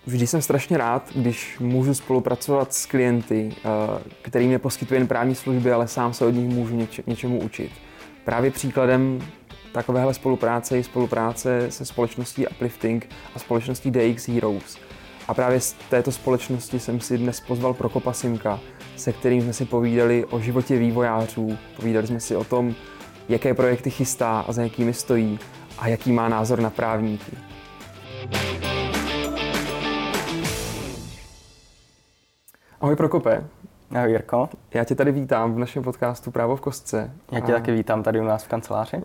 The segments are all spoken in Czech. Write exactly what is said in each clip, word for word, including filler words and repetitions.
Vždy jsem strašně rád, když můžu spolupracovat s klienty, kterým neposkytuji jen právní služby, ale sám se od nich můžu něč- něčemu učit. Právě příkladem takovéhle spolupráce je spolupráce se společností Uplifting a společností D X Heroes. A právě z této společnosti jsem si dnes pozval Prokopa Simka, se kterým jsme si povídali o životě vývojářů, povídali jsme si o tom, jaké projekty chystá a za jakými stojí a jaký má názor na právníky. Ahoj Prokope. Ahoj Jirko. Já tě tady vítám v našem podcastu Právo v kostce. Já tě a... taky vítám tady u nás v kanceláři.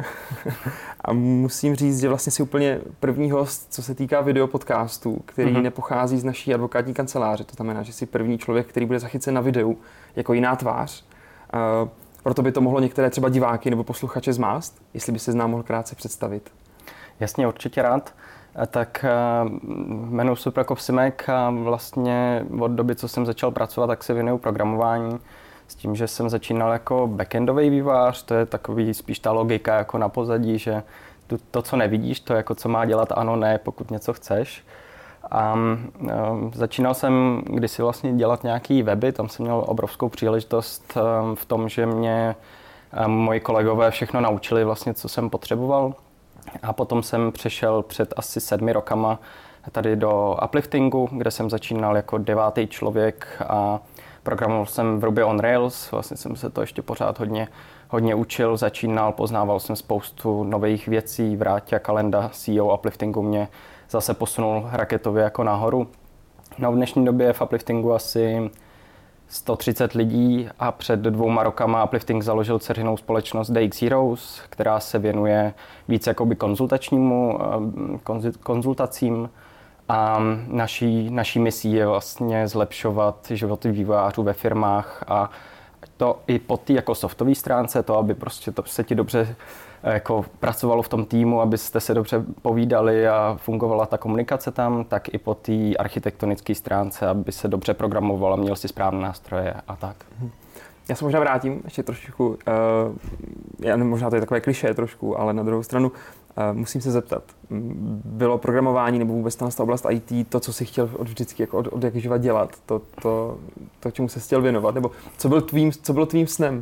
A musím říct, že vlastně jsi úplně první host, co se týká videopodcastu, který mm-hmm. nepochází z naší advokátní kanceláře. To znamená, že jsi první člověk, který bude zachycen na videu jako jiná tvář. Uh, proto by to mohlo některé třeba diváky nebo posluchače zmást, jestli by se nám mohl krátce představit. Jasně, určitě rád. Tak jmenuji se Prokop Simek a vlastně od doby, co jsem začal pracovat, tak se věnuju programování. S tím, že jsem začínal jako backendový vývojář, to je takový spíš ta logika jako na pozadí, že to, co nevidíš, to jako co má dělat ano, ne, pokud něco chceš. A um, začínal jsem kdysi vlastně dělat nějaký weby, tam jsem měl obrovskou příležitost um, v tom, že mě um, moji kolegové všechno naučili vlastně, co jsem potřeboval. A potom jsem přešel před asi sedmi rokama tady do Upliftingu, kde jsem začínal jako devátý člověk a programoval jsem v Ruby on Rails. Vlastně jsem se to ještě pořád hodně, hodně učil, začínal, poznával jsem spoustu nových věcí. Vráťa Kalenda, C E O Upliftingu, mě zase posunul raketově jako nahoru. No, v dnešní době je v Upliftingu asi sto třicet lidí a před dvouma rokama Uplifting založil dceřinou společnost D X Heroes, která se věnuje víc jakoby konzultačnímu, konzultacím a naší, naší misí je vlastně zlepšovat životy vývojářů ve firmách a to i po té jako softové stránce, to, aby prostě to se ti dobře jako pracovalo v tom týmu, abyste se dobře povídali a fungovala ta komunikace tam, tak i po té architektonické stránce, aby se dobře programovala, měl si správné nástroje a tak. Já se možná vrátím ještě trošku, uh, já, možná to je takové klišé trošku, ale na druhou stranu uh, musím se zeptat. Bylo programování nebo vůbec ta oblast I T to, co jsi chtěl od vždycky, jako od, od jak živa dělat, to, to, to, čemu se chtěl věnovat, nebo co, byl tvým, co bylo tvým snem?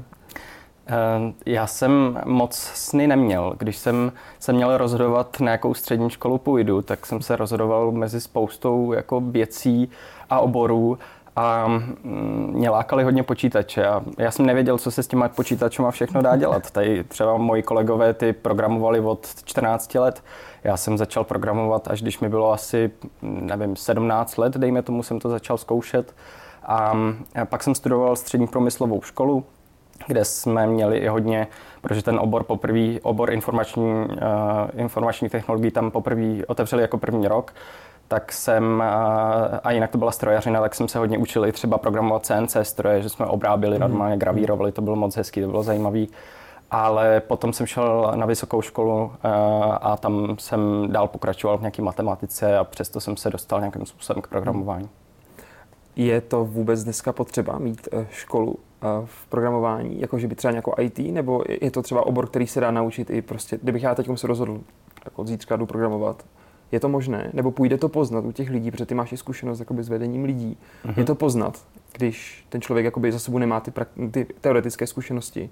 Já jsem moc sny neměl. Když jsem se měl rozhodovat, na jakou střední školu půjdu, tak jsem se rozhodoval mezi spoustou jako věcí a oborů a mě lákali hodně počítače. A já jsem nevěděl, co se s těma počítačema všechno dá dělat. Tady třeba moji kolegové ty programovali od čtrnácti let. Já jsem začal programovat, až když mi bylo asi, nevím, sedmnáct let, dejme tomu, jsem to začal zkoušet. A pak jsem studoval střední průmyslovou školu, kde jsme měli i hodně, protože ten obor poprvý, obor informační, uh, informační technologií tam poprvé otevřeli jako první rok, tak jsem, uh, a jinak to byla strojařina, tak jsem se hodně učil i třeba programovat C N C stroje, že jsme obráběli, normálně gravírovali, to bylo moc hezký, to bylo zajímavý. Ale potom jsem šel na vysokou školu uh, a tam jsem dál pokračoval v nějaké matematice a přesto jsem se dostal nějakým způsobem k programování. Je to vůbec dneska potřeba mít školu v programování, jakože by třeba nějakou I T, nebo je to třeba obor, který se dá naučit i prostě, kdybych já teď se rozhodl, jako od zítřka jdu programovat, je to možné? Nebo půjde to poznat u těch lidí, protože ty máš i zkušenost jakoby s vedením lidí. Mm-hmm. Je to poznat, když ten člověk jakoby za sebou nemá ty, pra- ty teoretické zkušenosti?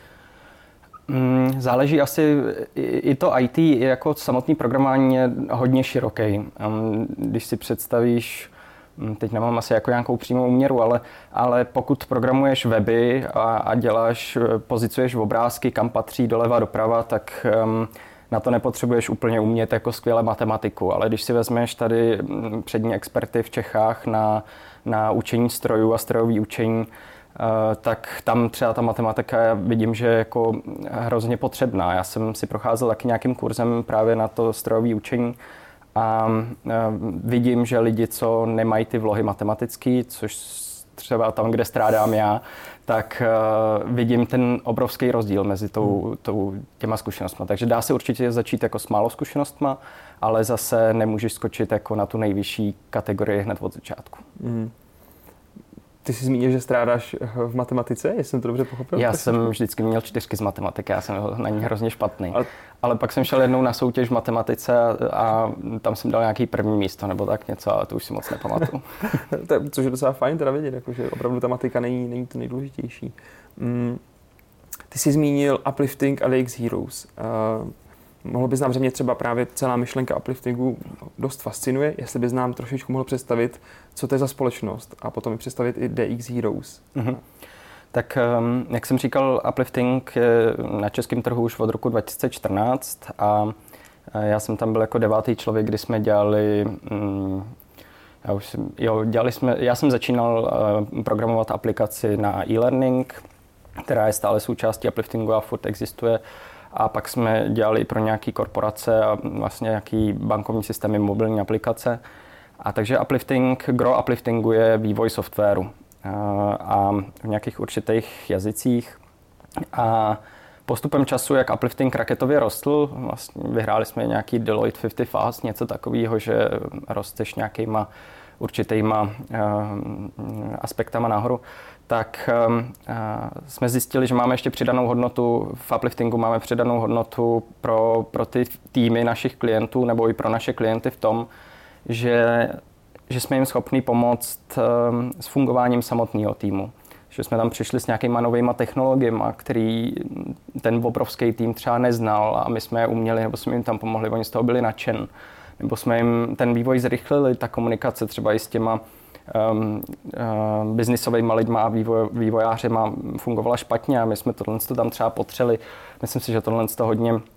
Mm, záleží asi, i, i to I T, jako samotný programování je hodně široký. Když si představíš, teď nemám asi jako nějakou přímou měru, ale, ale pokud programuješ weby a, a děláš, pozicuješ obrázky, kam patří doleva doprava, tak um, na to nepotřebuješ úplně umět jako skvěle matematiku. Ale když si vezmeš tady přední experty v Čechách na, na učení strojů a strojové učení, uh, tak tam třeba ta matematika vidím, že je jako hrozně potřebná. Já jsem si procházel taky nějakým kurzem právě na to strojové učení, a vidím, že lidi, co nemají ty vlohy matematické, což třeba tam, kde strádám já, tak vidím ten obrovský rozdíl mezi tou, tou, těma zkušenostmi. Takže dá se určitě začít jako s málo zkušenostma, ale zase nemůžeš skočit jako na tu nejvyšší kategorii hned od začátku. Mm. Ty jsi zmínil, že strádáš v matematice, jestli jsem to dobře pochopil? Já jsem vždycky měl čtyřky z matematiky, já jsem na ní hrozně špatný. Ale, Ale pak jsem šel jednou na soutěž v matematice a, a tam jsem dal nějaký první místo nebo tak něco, ale to už si moc nepamatuju. Což je docela fajn teda vědět, jakože opravdu ta matika není, není to nejdůležitější. Mm, ty jsi zmínil uplifting a D X Heroes. Uh, mohl bys nám, že mě třeba právě celá myšlenka upliftingu dost fascinuje, jestli bys nám trošičku mohl představit, co to je za společnost a potom i představit i D X Heroes. Mm-hmm. Tak jak jsem říkal, uplifting je na českém trhu už od roku dva tisíce čtrnáct a já jsem tam byl jako devátý člověk, kdy jsme dělali, já, už jsem, jo, dělali jsme, já jsem začínal programovat aplikaci na e-learning, která je stále součástí upliftingu a furt existuje. A pak jsme dělali pro nějaké korporace a vlastně nějaký bankovní systémy, mobilní aplikace. A takže uplifting, gro upliftingu je vývoj softwaru a v nějakých určitých jazycích. A postupem času, jak uplifting raketově rostl, vlastně vyhráli jsme nějaký Deloitte padesát Fast, něco takového, že rosteš nějakýma určitýma uh, aspektama nahoru, tak uh, jsme zjistili, že máme ještě přidanou hodnotu, v upliftingu máme přidanou hodnotu pro, pro ty týmy našich klientů nebo i pro naše klienty v tom, že, že jsme jim schopni pomoct uh, s fungováním samotného týmu. Že jsme tam přišli s nějakýma novýma technologiemi, který ten obrovský tým třeba neznal a my jsme je uměli, nebo jsme jim tam pomohli, oni z toho byli nadšen. Nebo jsme jim ten vývoj zrychlili, ta komunikace třeba i s těma um, uh, biznisovými lidma a vývoj, vývojářema fungovala špatně a my jsme tohle tam třeba potřeli. Myslím si, že tohle hodně uh,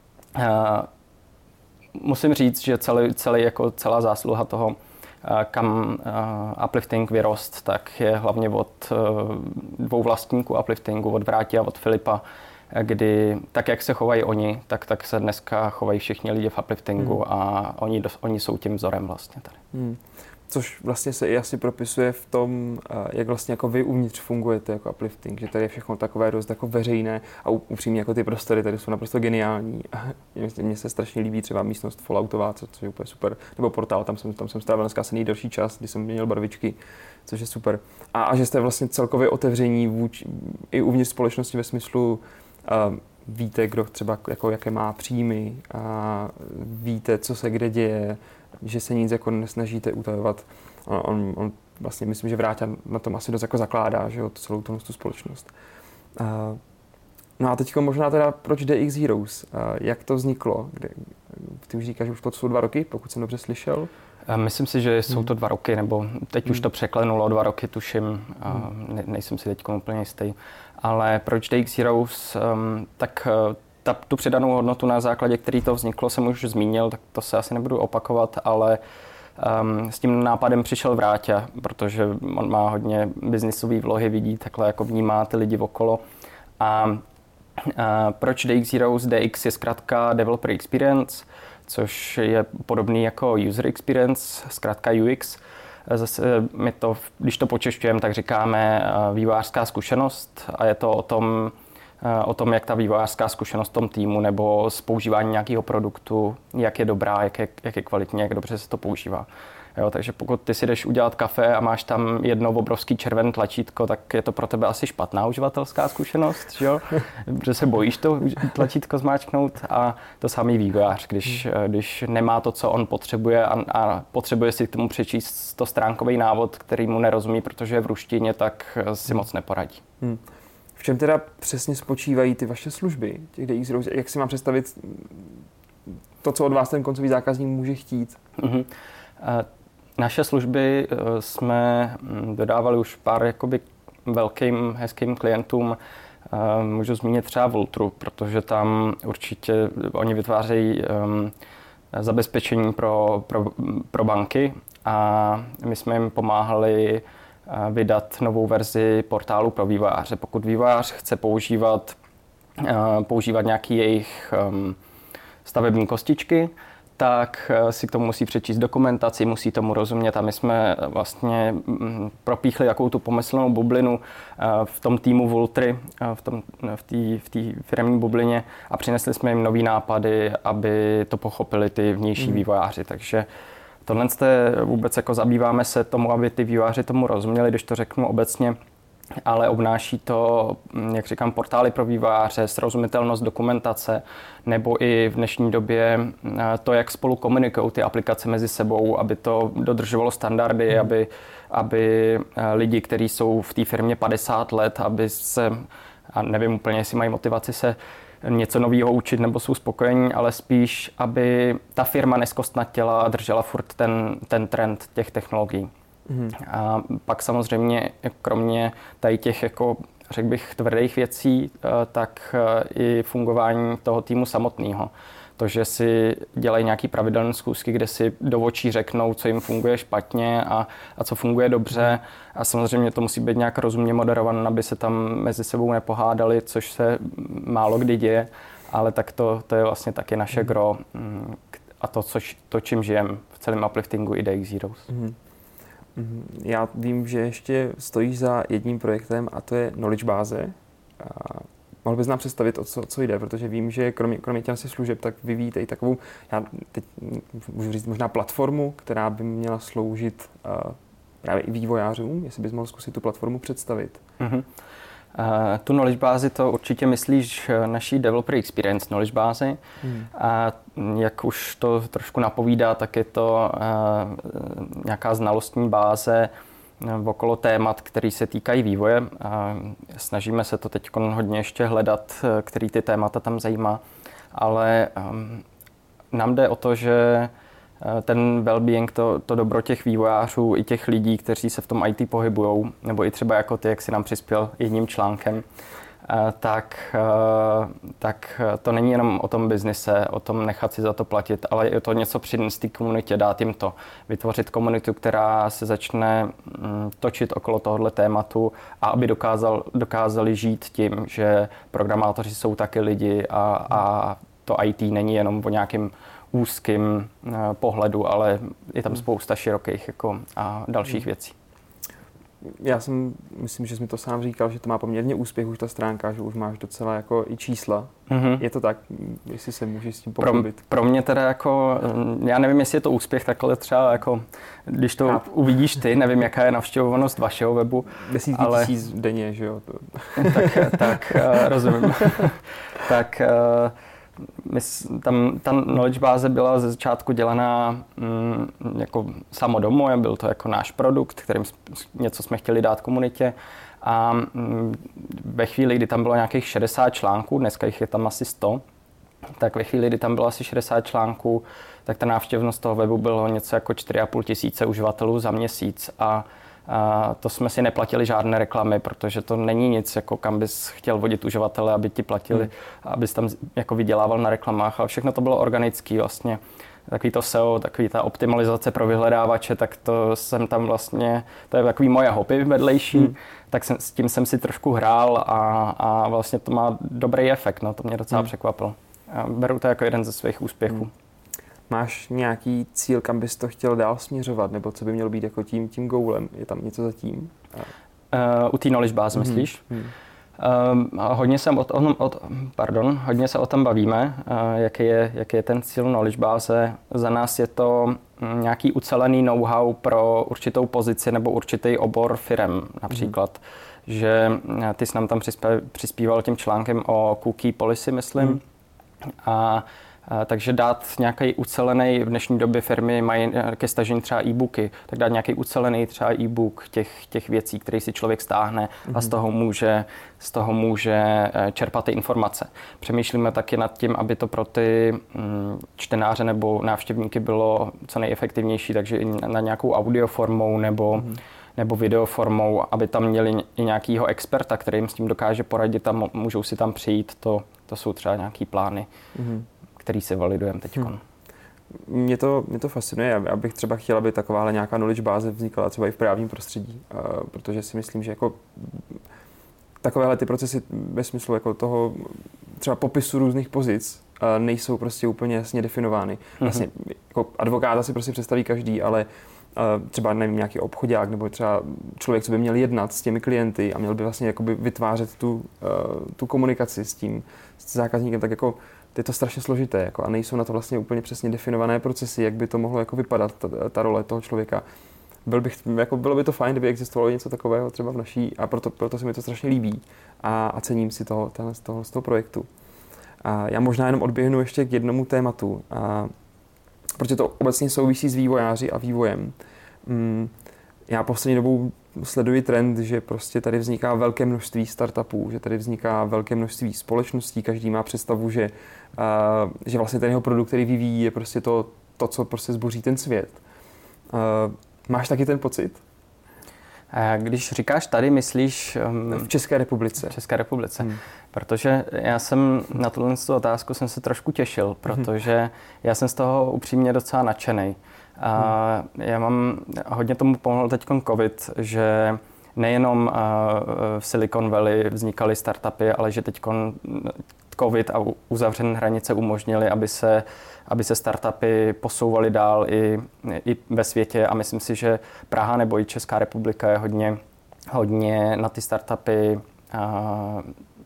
musím říct, že celý, celý, jako celá zásluha toho, uh, kam uh, uplifting vyrost, tak je hlavně od uh, dvou vlastníků upliftingu, od Vráti a od Filipa, kdy tak, jak se chovají oni, tak, tak se dneska chovají všichni lidi v upliftingu hmm. a oni, oni jsou tím vzorem vlastně tady. Hmm. Což vlastně se i asi propisuje v tom, jak vlastně jako vy uvnitř fungujete jako uplifting, že tady je všechno takové dost jako veřejné a upřímně jako ty prostory tady jsou naprosto geniální. Mně se strašně líbí třeba místnost Falloutová, což je úplně super, nebo portál, tam jsem, tam jsem strávil dneska asi nejdelší čas, kdy jsem měnil barvičky, což je super. A, a že jste vlastně celkově otevření vůči, i uvnitř společnosti ve smyslu Uh, víte, kdo třeba jako, jaké má příjmy, a víte, co se kde děje, že se nic jako nesnažíte utajovat. On, on, on vlastně myslím, že Vráťa na tom asi dost jako zakládá, že jo, celou tu společnost. Uh, no a teď možná teda proč D X Heroes? Uh, jak to vzniklo? Kde, ty už říkáš, že už to jsou dva roky, pokud jsem dobře slyšel. Myslím si, že jsou to dva roky, nebo teď hmm. už to překlenulo dva roky, tuším, hmm. ne, nejsem si teď úplně jistý. Ale proč D X Heroes? Um, tak ta, tu přidanou hodnotu, na základě který to vzniklo, jsem už zmínil, tak to se asi nebudu opakovat, ale um, s tím nápadem přišel Vráťa, protože on má hodně biznisové vlohy, vidí, takhle jako vnímá ty lidi okolo. A, a proč D X Heroes? D X je zkrátka Developer Experience, což je podobný jako User Experience, zkrátka U X. Zase my to, když to počešťujeme, tak říkáme vývojářská zkušenost a je to o tom, o tom, jak ta vývojářská zkušenost v tom týmu nebo z používání nějakého produktu, jak je dobrá, jak je, jak je kvalitní, jak dobře se to používá. Jo, takže pokud ty si jdeš udělat kafe a máš tam jedno obrovský červené tlačítko, tak je to pro tebe asi špatná uživatelská zkušenost, že jo? Protože se bojíš to tlačítko zmáčknout a to samý vývojář, když, když nemá to, co on potřebuje a, a potřebuje si k tomu přečíst to stránkový návod, který mu nerozumí, protože je v ruštině, tak si moc neporadí. Hmm. V čem teda přesně spočívají ty vaše služby, těch D X Heroes? Jak si mám představit to, co od vás ten koncový zákazník může chtít? Mm-hmm. Naše služby jsme dodávali už pár jakoby velkým, hezkým klientům. Můžu zmínit třeba Vultru, protože tam určitě oni vytvářejí um, zabezpečení pro, pro, pro banky a my jsme jim pomáhali vydat novou verzi portálu pro vývojáře. Pokud vývojář chce používat, uh, používat nějaký jejich um, stavební kostičky, tak si k tomu musí přečíst dokumentaci, musí tomu rozumět a my jsme vlastně propíchli jakou tu pomyslnou bublinu v tom týmu Vultry, v té v té v té firemní bublině a přinesli jsme jim nový nápady, aby to pochopili ty vnější hmm. vývojáři. Takže Tohle jste vůbec jako zabýváme se tomu, aby ty vývojáři tomu rozuměli, když to řeknu obecně, ale obnáší to, jak říkám, portály pro vývojáře, srozumitelnost dokumentace, nebo i v dnešní době to, jak spolu komunikují ty aplikace mezi sebou, aby to dodržovalo standardy, hmm. aby, aby lidi, kteří jsou v té firmě padesát let, aby se, a nevím úplně, jestli mají motivaci se něco nového učit nebo jsou spokojení, ale spíš, aby ta firma neskostnatěla a držela furt ten, ten trend těch technologií. Mm. A pak samozřejmě, kromě tady těch, jako, řekl bych, tvrdých věcí, tak i fungování toho týmu samotného. To, že si dělají nějaký pravidelné schůzky, kde si do očí řeknou, co jim funguje špatně a, a co funguje dobře. A samozřejmě to musí být nějak rozumně moderované, aby se tam mezi sebou nepohádali, což se málo kdy děje, ale tak to, to je vlastně taky naše gro a to, což, to čím žijeme v celém upliftingu i D X Heroes. Mm. Já vím, že ještě stojíš za jedním projektem a to je knowledge báze. A mohl bys nám představit, o co, co jde, protože vím, že kromě, kromě těch služeb, tak vyvíjíte i takovou, já teď můžu říct možná platformu, která by měla sloužit uh, právě i vývojářům, jestli bys mohl zkusit tu platformu představit. Mm-hmm. Uh, tu knowledge bázi to určitě myslíš naší Developer Experience knowledge bázi. Hmm. A jak už to trošku napovídá, tak je to uh, nějaká znalostní báze uh, okolo témat, které se týkají vývoje. Uh, snažíme se to teď hodně ještě hledat, uh, který ty témata tam zajímá, ale um, nám jde o to, že ten well-being, to, to dobro těch vývojářů i těch lidí, kteří se v tom í té pohybujou, nebo i třeba jako ty, jak si nám přispěl jedním článkem, tak, tak to není jenom o tom biznise, o tom nechat si za to platit, ale je to něco přinést té komunitě, dát jim to. Vytvořit komunitu, která se začne točit okolo tohohle tématu a aby dokázal, dokázali žít tím, že programátoři jsou taky lidi a, a to í té není jenom o nějakým úzkým pohledu, ale je tam spousta širokých jako a dalších věcí. Já jsem, myslím, že jsi mi to sám říkal, že to má poměrně úspěch už ta stránka, že už máš docela jako i čísla. Mm-hmm. Je to tak, jestli se můžeš s tím pochlubit? Pro, pro mě teda jako, já nevím, jestli je to úspěch, takhle třeba jako, když to Chápu. uvidíš ty, nevím, jaká je navštěvovanost vašeho webu. Desítky ale... tisíc denně, že jo? To... tak, tak rozumím. tak My, tam, ta knowledge báze byla ze začátku dělaná mm, jako samodomo, byl to jako náš produkt, kterým něco jsme chtěli dát komunitě a mm, ve chvíli, kdy tam bylo nějakých šedesát článků, dneska jich je tam asi sto, tak ve chvíli, kdy tam bylo asi šedesát článků, tak ta návštěvnost toho webu bylo něco jako čtyři a půl tisíce uživatelů za měsíc a A to jsme si neplatili žádné reklamy, protože to není nic, jako kam bys chtěl vodit uživatele, aby ti platili, hmm. abys tam jako vydělával na reklamách, ale všechno to bylo organický vlastně. Takový to S E O, takový ta optimalizace pro vyhledávače, tak to jsem tam vlastně, to je takový moje hobby vedlejší, hmm. tak jsem, s tím jsem si trošku hrál a, a vlastně to má dobrý efekt, no, to mě docela hmm. překvapilo. A beru to jako jeden ze svých úspěchů. Hmm. Máš nějaký cíl, kam bys to chtěl dál směřovat, nebo co by mělo být jako tím, tím goalem? Je tam něco za tím? Uh, u té knowledge base, mm-hmm. myslíš? Mm. Uh, hodně, se o tom, o, pardon, hodně se o tom bavíme, uh, jaký, je, jaký je ten cíl knowledge base. Za nás je to nějaký ucelený know-how pro určitou pozici nebo určitý obor firem například. Mm. Že ty jsi nám tam přispíval tím článkem o cookie policy, myslím. Mm. A takže dát nějaký ucelený, v dnešní době firmy mají ke stažení třeba e-booky, tak dát nějaký ucelený třeba e-book těch, těch věcí, které si člověk stáhne mm-hmm. a z toho, může, z toho může čerpat ty informace. Přemýšlíme taky nad tím, aby to pro ty čtenáře nebo návštěvníky bylo co nejefektivnější, takže i na nějakou audioformou nebo mm-hmm. nebo videoformou, aby tam měli i nějakýho experta, který jim s tím dokáže poradit a můžou si tam přijít. To, to jsou třeba nějaký plány, mm-hmm. který si validujeme teď. Hmm. Mě to, mě to fascinuje. Já bych třeba chtěla, aby takováhle nějaká knowledge báze vznikala třeba i v právním prostředí, uh, protože si myslím, že jako takovéhle ty procesy ve smyslu jako toho třeba popisu různých pozic uh, nejsou prostě úplně jasně definovány. Hmm. Vlastně jako advokáta si prostě představí každý, ale uh, třeba nevím, nějaký obchodák nebo třeba člověk, co by měl jednat s těmi klienty a měl by vlastně jakoby vytvářet tu, uh, tu komunikaci s tím s zákazníkem, tak jako je to strašně složité jako, a nejsou na to vlastně úplně přesně definované procesy, jak by to mohlo jako vypadat, ta, ta role toho člověka. Byl bych, jako bylo by to fajn, kdyby existovalo něco takového třeba v naší, a proto, proto se mi to strašně líbí a, a cením si toho, toho, toho, z toho projektu. A já možná jenom odběhnu ještě k jednomu tématu, a, protože to obecně souvisí s vývojáři a vývojem. Mm, já poslední dobou sleduji trend, že prostě tady vzniká velké množství startupů, že tady vzniká velké množství společností, každý má představu, že, uh, že vlastně ten jeho produkt, který vyvíjí, je prostě to, to co prostě zboří ten svět. Uh, máš taky ten pocit? Když říkáš tady, myslíš... Um, v České republice. V České republice. Hmm. Protože já jsem na tuhle otázku jsem se trošku těšil, protože hmm. já jsem z toho upřímně docela nadšenej. A já mám, hodně tomu pomohl teď covid, že nejenom v Silicon Valley vznikaly startupy, ale že teď covid a uzavřené hranice umožnily, aby se, aby se startupy posouvaly dál i, i ve světě, a myslím si, že Praha nebo i Česká republika je hodně, hodně na ty startupy, a, a,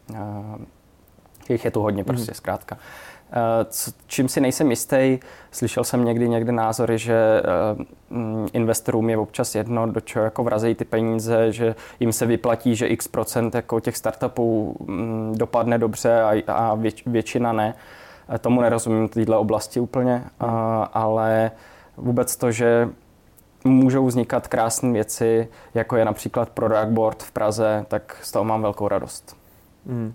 jich je tu hodně prostě zkrátka. Čím si nejsem jistý, slyšel jsem někdy někde názory, že investorům je občas jedno, do čeho jako vrazejí ty peníze, že jim se vyplatí, že x procent jako těch startupů dopadne dobře a, a věč, většina ne. Tomu nerozumím v této oblasti úplně, ale vůbec to, že můžou vznikat krásné věci, jako je například Product Board v Praze, tak z toho mám velkou radost. Hmm.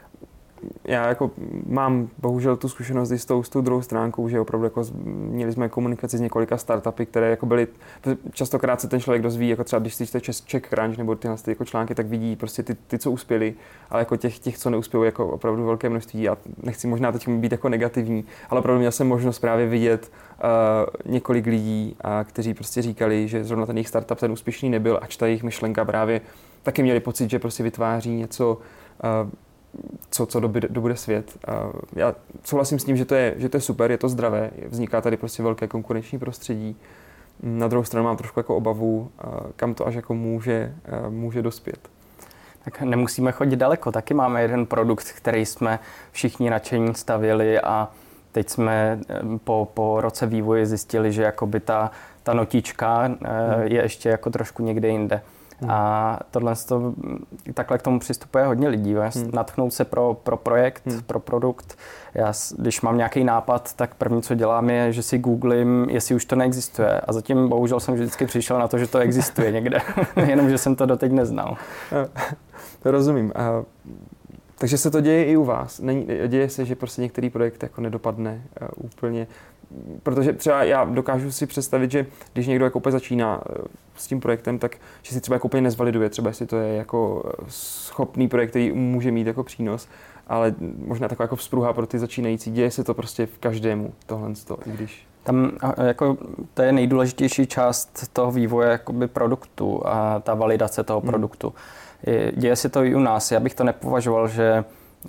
Já jako mám bohužel tu zkušenost i s tou, s tou druhou stránkou, že opravdu jako měli jsme komunikaci s několika startupy, které jako byly, častokrát se ten člověk dozví, jako třeba když si čte Czech Crunch nebo tyhle ty jako články, tak vidí prostě ty, ty co uspěli, ale jako těch, těch co neuspěli, jako opravdu velké množství. A nechci možná teď být jako negativní, ale opravdu měl jsem možnost právě vidět uh, několik lidí, uh, kteří prostě říkali, že zrovna ten jejich startup ten úspěšný nebyl, ač ta jejich myšlenka právě taky měli pocit, že prostě vytváří něco, uh, co, co dobude, dobude svět. Já souhlasím s tím, že to, je, že to je super, je to zdravé, vzniká tady prostě velké konkurenční prostředí. Na druhou stranu mám trošku jako obavu, kam to až jako může, může dospět. Tak nemusíme chodit daleko, taky máme jeden produkt, který jsme všichni nadšení stavěli, a teď jsme po, po roce vývoje zjistili, že jakoby ta, ta notička hmm. je ještě jako trošku někde jinde. Hmm. A tohle to, takhle k tomu přistupuje hodně lidí. Hmm. Natchnout se pro, pro projekt, hmm. pro produkt. Já, když mám nějaký nápad, tak první, co dělám, je, že si googlím, jestli už to neexistuje. A zatím bohužel jsem vždycky přišel na to, že to existuje někde. Jenom, že jsem to doteď neznal. To rozumím. A, takže se to děje i u vás. Není, děje se, že prostě některý projekt jako nedopadne uh, úplně. Protože třeba já dokážu si představit, že když někdo jako úplně začíná s tím projektem, tak že si třeba jako úplně nezvaliduje, třeba jestli to je jako schopný projekt, který může mít jako přínos, ale možná taková jako vzpruha pro ty začínající. Děje se to prostě v každému tohle, i když... Tam jako to je nejdůležitější část toho vývoje jakoby produktu a ta validace toho hmm. produktu. Děje se to i u nás. Já bych to nepovažoval, že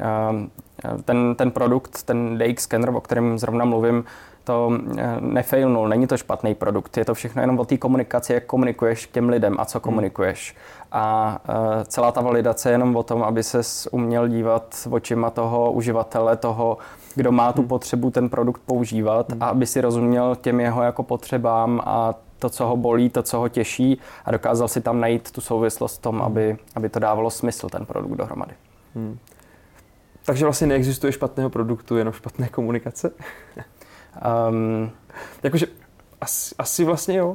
ten, ten produkt, ten D X scanner, o kterém zrovna mluvím, to nefailnul, není to špatný produkt, je to všechno jenom o té komunikaci, jak komunikuješ k těm lidem a co komunikuješ. A uh, celá ta validace je jenom o tom, aby ses uměl dívat očima toho uživatele, toho, kdo má tu potřebu ten produkt používat, a aby si rozuměl těm jeho jako potřebám a to, co ho bolí, to, co ho těší, a dokázal si tam najít tu souvislost v tom, aby, aby to dávalo smysl, ten produkt dohromady. Hmm. Takže vlastně neexistuje špatného produktu, jenom špatné komunikace? Um, Jakože asi, asi vlastně jo.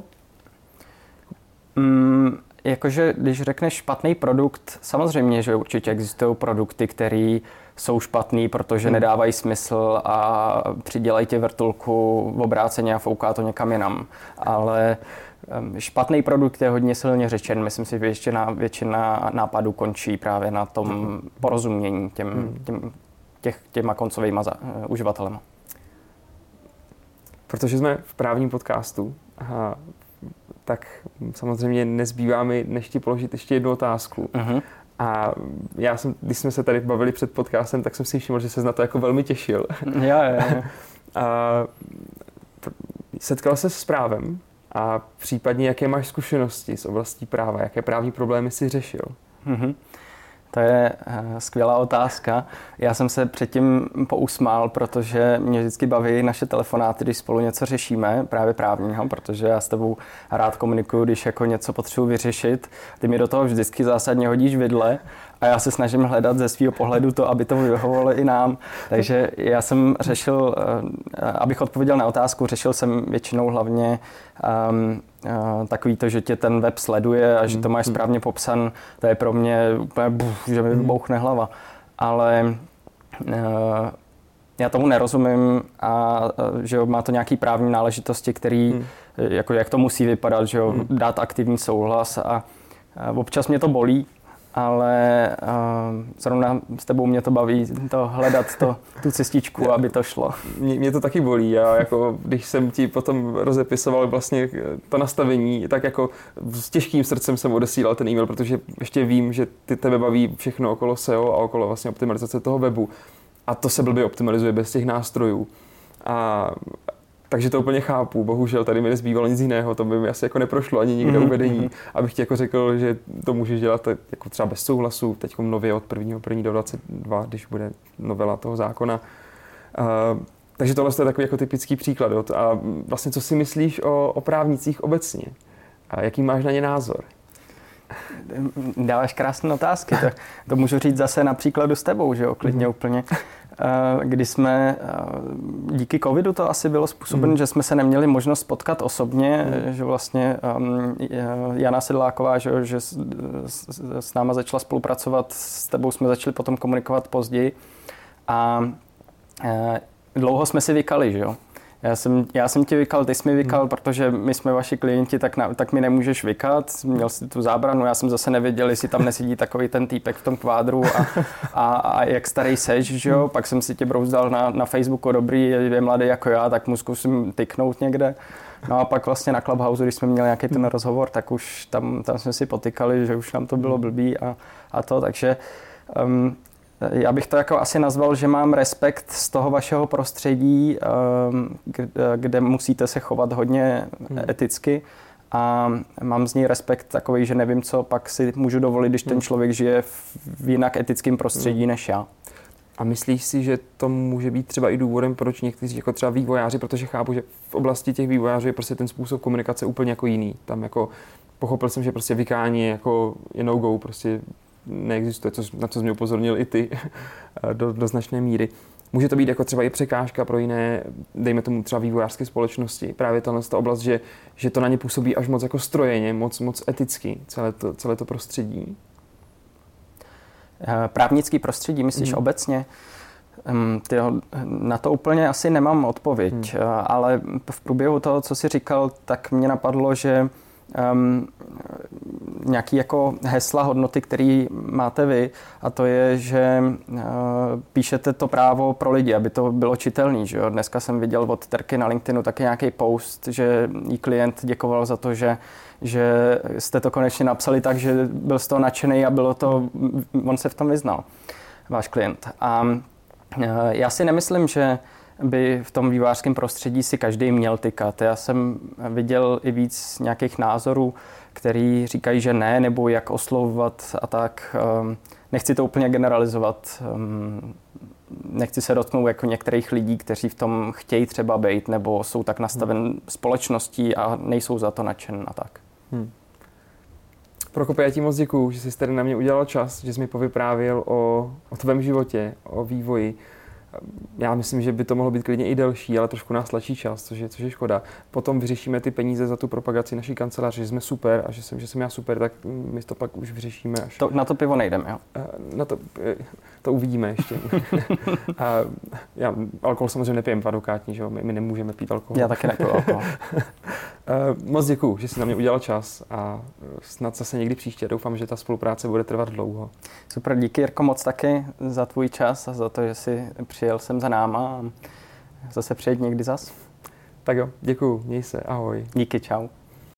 Um, jakože když řekneš špatný produkt, samozřejmě, že určitě existují produkty, které jsou špatný, protože hmm. nedávají smysl a přidělají tě vrtulku v obráceně a fouká to někam jinam. Ale um, špatný produkt je hodně silně řečen. Myslím si, že většina, většina nápadů končí právě na tom hmm. porozumění těm, hmm. těm, těch, těma koncovýma za, uh, uživatelema. Protože jsme v právním podcastu, aha, tak samozřejmě nezbývá mi, než ti položit ještě jednu otázku. Uh-huh. A já jsem, když jsme se tady bavili před podcastem, tak jsem si všiml, že ses na to jako velmi těšil. Já, já. A setkal se s právem a případně jaké máš zkušenosti z oblastí práva, jaké právní problémy jsi řešil? Uh-huh. To je uh, skvělá otázka. Já jsem se předtím pousmál, protože mě vždycky baví naše telefonáty, když spolu něco řešíme, právě právního, protože já s tebou rád komunikuju, když jako něco potřebuji vyřešit. Ty mi do toho vždycky zásadně hodíš vidle a já se snažím hledat ze svého pohledu to, aby to vyhovovalo i nám. Takže já jsem řešil, uh, abych odpověděl na otázku, řešil jsem většinou hlavně um, Uh, takový to, že tě ten web sleduje a že to máš správně popsan, to je pro mě úplně, buf, že mi bouchne hlava. Ale uh, já tomu nerozumím a uh, že jo, má to nějaký právní náležitosti, který, hmm. jako jak to musí vypadat, že jo, hmm. dát aktivní souhlas a uh, občas mě to bolí, ale uh, zrovna s tebou mě to baví to hledat to, tu cestičku, aby to šlo. Mě, mě to taky bolí. Já jako, když jsem ti potom rozepisoval vlastně to nastavení, tak jako s těžkým srdcem jsem odesílal ten e-mail, protože ještě vím, že ty tebe baví všechno okolo S E O a okolo vlastně optimalizace toho webu. A to se blbě optimalizuje bez těch nástrojů. A takže to úplně chápu. Bohužel tady mi nezbývalo nic jiného, to by mi asi jako neprošlo ani nikde mm-hmm. uvedení, abych ti jako řekl, že to můžeš dělat jako třeba bez souhlasu, teď nově od prvního prvního do dvacet dva, když bude novela toho zákona. Uh, takže tohle je takový jako typický příklad. A vlastně co si myslíš o, o právnicích obecně? A jaký máš na ně názor? Dáváš krásné otázky. To, to můžu říct zase na příkladu s tebou, že jo, klidně mm-hmm. úplně. Kdy jsme, díky covidu to asi bylo způsobeno, mm. že jsme se neměli možnost potkat osobně, mm. že vlastně um, Jana Sedláková, že, že s, s, s náma začala spolupracovat, s tebou jsme začali potom komunikovat později a uh, dlouho jsme si vykali, že jo. Já jsem, já jsem ti vykal, ty jsi mi vykal, hmm. protože my jsme vaši klienti, tak, na, tak mi nemůžeš vykat. Měl jsi tu zábranu, já jsem zase nevěděl, jestli tam nesedí takový ten týpek v tom kvádru a, a, a jak starý seš, že jo. Pak jsem si tě brouzdal na, na Facebooku, dobrý, je mladý jako já, tak mu zkusím tyknout někde. No a pak vlastně na Clubhouse, když jsme měli nějaký ten rozhovor, tak už tam, tam jsme si potykali, že už nám to bylo blbý a, a to, takže... Um, Já bych to jako asi nazval, že mám respekt z toho vašeho prostředí, kde musíte se chovat hodně eticky a mám z něj respekt takový, že nevím, co pak si můžu dovolit, když ten člověk žije v jinak etickém prostředí než já. A myslíš si, že to může být třeba i důvodem, proč někteří jako třeba vývojáři, protože chápu, že v oblasti těch vývojářů je prostě ten způsob komunikace úplně jako jiný. Tam jako pochopil jsem, že prostě vykání je jako je no-go, prostě neexistuje, co, na co jsi mě upozornil i ty do, do značné míry. Může to být jako třeba i překážka pro jiné, dejme tomu třeba vývojářské společnosti. Právě tahle oblast, že, že to na ně působí až moc jako strojeně, moc, moc eticky, celé to, celé to prostředí. Právnický prostředí, myslíš mm. obecně? Tyjo, na to úplně asi nemám odpověď, mm. ale v průběhu toho, co jsi říkal, tak mě napadlo, že Um, nějaký jako hesla, hodnoty, které máte vy, a to je, že uh, píšete to právo pro lidi, aby to bylo čitelný. Že jo? Dneska jsem viděl od Terky na LinkedInu taky nějaký post, že jí klient děkoval za to, že, že jste to konečně napsali tak, že byl z toho nadšený a bylo to, on se v tom vyznal, váš klient. A uh, já si nemyslím, že by v tom vývojářském prostředí si každý měl tykat. Já jsem viděl i víc nějakých názorů, který říkají, že ne, nebo jak oslovovat a tak. Nechci to úplně generalizovat. Nechci se dotknout jako některých lidí, kteří v tom chtějí třeba být, nebo jsou tak nastaven společností a nejsou za to nadšen a tak. Hmm. Prokope, já ti moc děkuju, že jsi tady na mě udělal čas, že jsi mi povyprávěl o, o tvém životě, o vývoji. Já myslím, že by to mohlo být klidně i delší, ale trošku nás tlačí čas, což je, což je škoda. Potom vyřešíme ty peníze za tu propagaci naší kanceláře, že jsme super a že jsem, že jsem já super, tak my to pak už vyřešíme. Až... To, na to pivo nejdeme, jo? Na to, to uvidíme ještě. A já alkohol samozřejmě nepijem v advokátní, že jo? My, my nemůžeme pít alkohol. Já taky nepiju alkohol. Moc děkuju, že jsi na mě udělal čas a snad zase někdy příště. Doufám, že ta spolupráce bude trvat dlouho. Super, díky Jirko moc taky za tvůj čas a za to, že jsi přijel sem za náma a zase přijeď někdy zas. Tak jo, děkuju, měj se, ahoj. Díky, čau.